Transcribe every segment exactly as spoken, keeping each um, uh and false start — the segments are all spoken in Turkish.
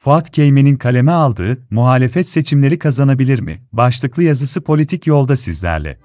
Fuat Keymen'in kaleme aldığı "Muhalefet seçimleri kazanabilir mi?" başlıklı yazısı Politik Yol'da sizlerle.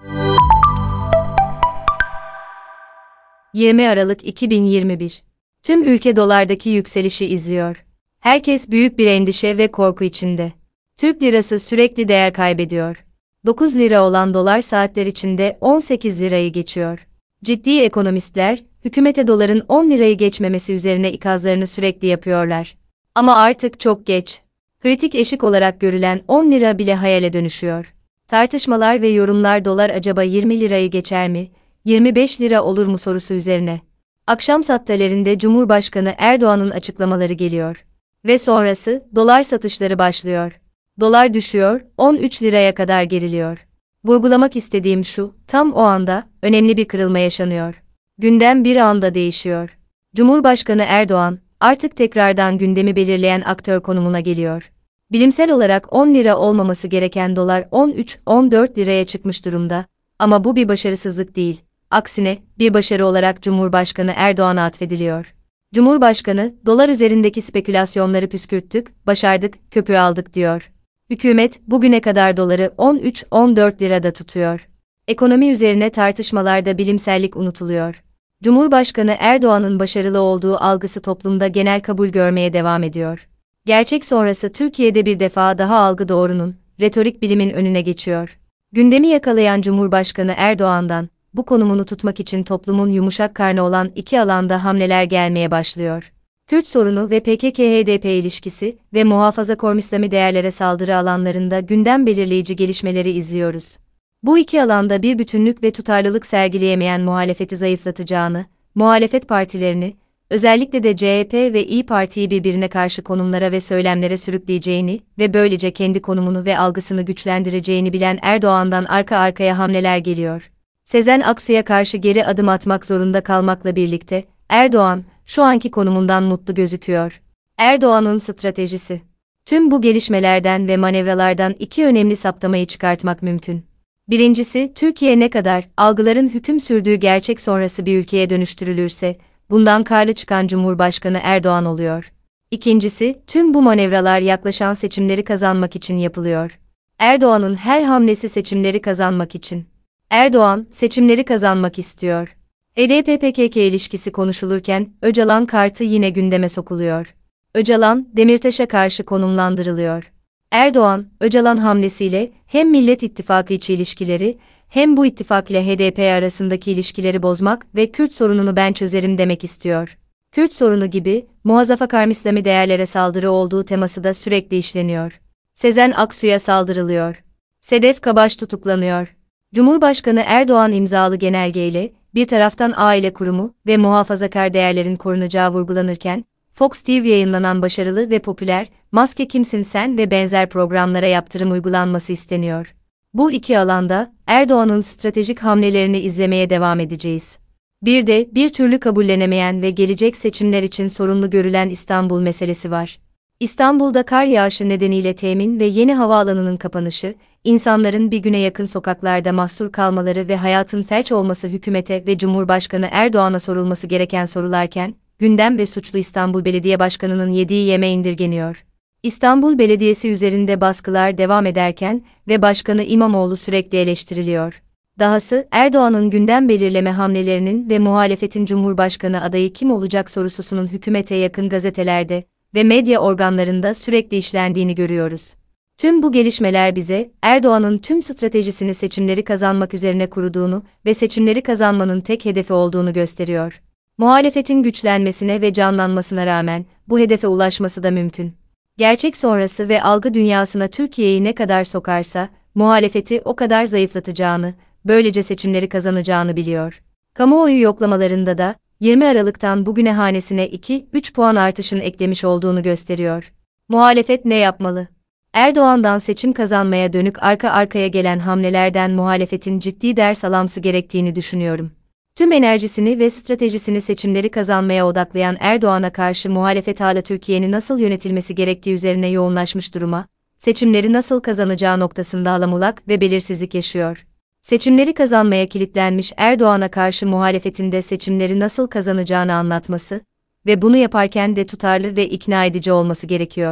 yirmi Aralık iki bin yirmi bir. Tüm ülke dolardaki yükselişi izliyor. Herkes büyük bir endişe ve korku içinde. Türk lirası sürekli değer kaybediyor. dokuz lira olan dolar saatler içinde on sekiz lirayı geçiyor. Ciddi ekonomistler, hükümete doların on lirayı geçmemesi üzerine ikazlarını sürekli yapıyorlar. Ama artık çok geç. Kritik eşik olarak görülen on lira bile hayale dönüşüyor. Tartışmalar ve yorumlar dolar acaba yirmi lirayı geçer mi, yirmi beş lira olur mu sorusu üzerine. Akşam saatlerinde Cumhurbaşkanı Erdoğan'ın açıklamaları geliyor. Ve sonrası, dolar satışları başlıyor. Dolar düşüyor, on üç liraya kadar geriliyor. Vurgulamak istediğim şu, tam o anda, önemli bir kırılma yaşanıyor. Gündem bir anda değişiyor. Cumhurbaşkanı Erdoğan, artık tekrardan gündemi belirleyen aktör konumuna geliyor. Bilimsel olarak on lira olmaması gereken dolar on üç on dört liraya çıkmış durumda. Ama bu bir başarısızlık değil. Aksine, bir başarı olarak Cumhurbaşkanı Erdoğan'a atfediliyor. Cumhurbaşkanı, dolar üzerindeki spekülasyonları püskürttük, başardık, köpüğü aldık diyor. Hükümet, bugüne kadar doları on üç on dört lirada tutuyor. Ekonomi üzerine tartışmalarda bilimsellik unutuluyor. Cumhurbaşkanı Erdoğan'ın başarılı olduğu algısı toplumda genel kabul görmeye devam ediyor. Gerçek sonrası Türkiye'de bir defa daha algı doğrunun, retorik bilimin önüne geçiyor. Gündemi yakalayan Cumhurbaşkanı Erdoğan'dan, bu konumunu tutmak için toplumun yumuşak karnı olan iki alanda hamleler gelmeye başlıyor. Kürt sorunu ve P K K H D P ilişkisi ve muhafazakar İslami değerlere saldırı alanlarında gündem belirleyici gelişmeleri izliyoruz. Bu iki alanda bir bütünlük ve tutarlılık sergileyemeyen muhalefeti zayıflatacağını, muhalefet partilerini, özellikle de C H P ve İYİ Parti'yi birbirine karşı konumlara ve söylemlere sürükleyeceğini ve böylece kendi konumunu ve algısını güçlendireceğini bilen Erdoğan'dan arka arkaya hamleler geliyor. Sezen Aksu'ya karşı geri adım atmak zorunda kalmakla birlikte, Erdoğan, şu anki konumundan mutlu gözüküyor. Erdoğan'ın stratejisi. Tüm bu gelişmelerden ve manevralardan iki önemli saptamayı çıkartmak mümkün. Birincisi, Türkiye ne kadar algıların hüküm sürdüğü gerçek sonrası bir ülkeye dönüştürülürse, bundan karlı çıkan Cumhurbaşkanı Erdoğan oluyor. İkincisi, tüm bu manevralar yaklaşan seçimleri kazanmak için yapılıyor. Erdoğan'ın her hamlesi seçimleri kazanmak için. Erdoğan, seçimleri kazanmak istiyor. H D P P K K ilişkisi konuşulurken, Öcalan kartı yine gündeme sokuluyor. Öcalan, Demirtaş'a karşı konumlandırılıyor. Erdoğan, Öcalan hamlesiyle hem Millet İttifakı içi ilişkileri, hem bu ittifak ile H D P arasındaki ilişkileri bozmak ve Kürt sorununu ben çözerim demek istiyor. Kürt sorunu gibi, muhafazakar İslami değerlere saldırı olduğu teması da sürekli işleniyor. Sezen Aksu'ya saldırılıyor. Sedef Kabaş tutuklanıyor. Cumhurbaşkanı Erdoğan imzalı genelgeyle, bir taraftan aile kurumu ve muhafazakar değerlerin korunacağı vurgulanırken, Fox T V yayınlanan başarılı ve popüler, Maske Kimsin Sen ve benzer programlara yaptırım uygulanması isteniyor. Bu iki alanda, Erdoğan'ın stratejik hamlelerini izlemeye devam edeceğiz. Bir de, bir türlü kabullenemeyen ve gelecek seçimler için sorunlu görülen İstanbul meselesi var. İstanbul'da kar yağışı nedeniyle temin ve yeni havaalanının kapanışı, insanların bir güne yakın sokaklarda mahsur kalmaları ve hayatın felç olması hükümete ve Cumhurbaşkanı Erdoğan'a sorulması gereken sorularken, gündem ve suçlu İstanbul Belediye Başkanı'nın yediği yeme indirgeniyor. İstanbul Belediyesi üzerinde baskılar devam ederken ve Başkanı İmamoğlu sürekli eleştiriliyor. Dahası, Erdoğan'ın gündem belirleme hamlelerinin ve muhalefetin Cumhurbaşkanı adayı kim olacak sorusunun hükümete yakın gazetelerde ve medya organlarında sürekli işlendiğini görüyoruz. Tüm bu gelişmeler bize, Erdoğan'ın tüm stratejisini seçimleri kazanmak üzerine kurduğunu ve seçimleri kazanmanın tek hedefi olduğunu gösteriyor. Muhalefetin güçlenmesine ve canlanmasına rağmen, bu hedefe ulaşması da mümkün. Gerçek sonrası ve algı dünyasına Türkiye'yi ne kadar sokarsa, muhalefeti o kadar zayıflatacağını, böylece seçimleri kazanacağını biliyor. Kamuoyu yoklamalarında da, yirmi Aralık'tan bugüne hanesine iki üç puan artışın eklemiş olduğunu gösteriyor. Muhalefet ne yapmalı? Erdoğan'dan seçim kazanmaya dönük arka arkaya gelen hamlelerden muhalefetin ciddi ders alması gerektiğini düşünüyorum. Tüm enerjisini ve stratejisini seçimleri kazanmaya odaklayan Erdoğan'a karşı muhalefet hala Türkiye'nin nasıl yönetilmesi gerektiği üzerine yoğunlaşmış duruma, seçimleri nasıl kazanacağı noktasında alamulak ve belirsizlik yaşıyor. Seçimleri kazanmaya kilitlenmiş Erdoğan'a karşı muhalefetin de seçimleri nasıl kazanacağını anlatması ve bunu yaparken de tutarlı ve ikna edici olması gerekiyor.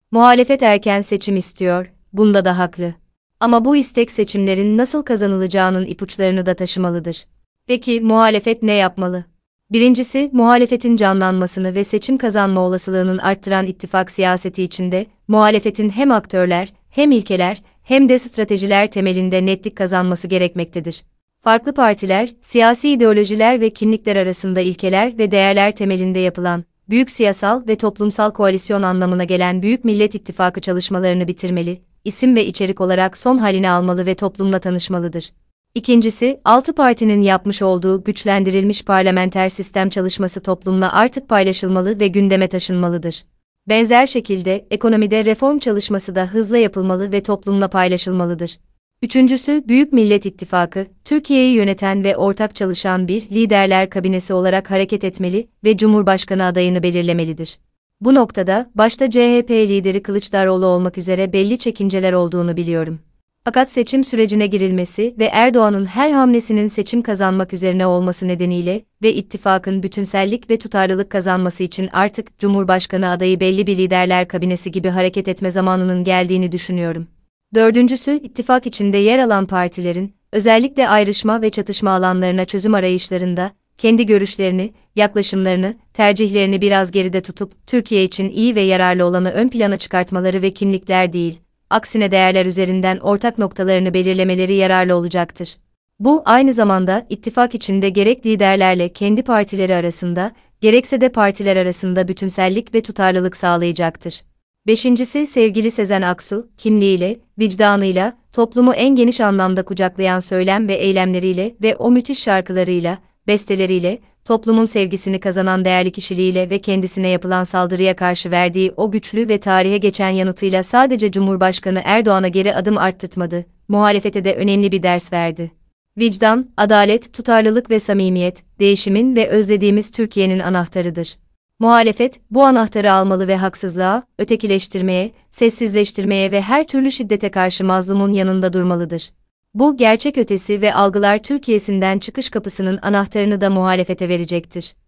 Muhalefet erken seçim istiyor, bunda da haklı. Ama bu istek seçimlerin nasıl kazanılacağının ipuçlarını da taşımalıdır. Peki muhalefet ne yapmalı? Birincisi, muhalefetin canlanmasını ve seçim kazanma olasılığının arttıran ittifak siyaseti içinde, muhalefetin hem aktörler, hem ilkeler, hem de stratejiler temelinde netlik kazanması gerekmektedir. Farklı partiler, siyasi ideolojiler ve kimlikler arasında ilkeler ve değerler temelinde yapılan, büyük siyasal ve toplumsal koalisyon anlamına gelen Büyük Millet İttifakı çalışmalarını bitirmeli, isim ve içerik olarak son halini almalı ve toplumla tanışmalıdır. İkincisi, altı partinin yapmış olduğu güçlendirilmiş parlamenter sistem çalışması toplumla artık paylaşılmalı ve gündeme taşınmalıdır. Benzer şekilde, ekonomide reform çalışması da hızla yapılmalı ve toplumla paylaşılmalıdır. Üçüncüsü, Büyük Millet İttifakı, Türkiye'yi yöneten ve ortak çalışan bir liderler kabinesi olarak hareket etmeli ve Cumhurbaşkanı adayını belirlemelidir. Bu noktada, başta C H P lideri Kılıçdaroğlu olmak üzere belli çekinceler olduğunu biliyorum. Fakat seçim sürecine girilmesi ve Erdoğan'ın her hamlesinin seçim kazanmak üzerine olması nedeniyle ve ittifakın bütünsellik ve tutarlılık kazanması için artık Cumhurbaşkanı adayı belli bir liderler kabinesi gibi hareket etme zamanının geldiğini düşünüyorum. Dördüncüsü, ittifak içinde yer alan partilerin, özellikle ayrışma ve çatışma alanlarına çözüm arayışlarında, kendi görüşlerini, yaklaşımlarını, tercihlerini biraz geride tutup, Türkiye için iyi ve yararlı olanı ön plana çıkartmaları ve kimlikler değil, aksine değerler üzerinden ortak noktalarını belirlemeleri yararlı olacaktır. Bu, aynı zamanda, ittifak içinde gerek liderlerle kendi partileri arasında, gerekse de partiler arasında bütünsellik ve tutarlılık sağlayacaktır. Beşincisi, sevgili Sezen Aksu, kimliğiyle, vicdanıyla, toplumu en geniş anlamda kucaklayan söylem ve eylemleriyle ve o müthiş şarkılarıyla, besteleriyle, toplumun sevgisini kazanan değerli kişiliğiyle ve kendisine yapılan saldırıya karşı verdiği o güçlü ve tarihe geçen yanıtıyla sadece Cumhurbaşkanı Erdoğan'a geri adım arttırtmadı, muhalefete de önemli bir ders verdi. Vicdan, adalet, tutarlılık ve samimiyet, değişimin ve özlediğimiz Türkiye'nin anahtarıdır. Muhalefet, bu anahtarı almalı ve haksızlığa, ötekileştirmeye, sessizleştirmeye ve her türlü şiddete karşı mazlumun yanında durmalıdır. Bu, gerçek ötesi ve algılar Türkiye'sinden çıkış kapısının anahtarını da muhalefete verecektir.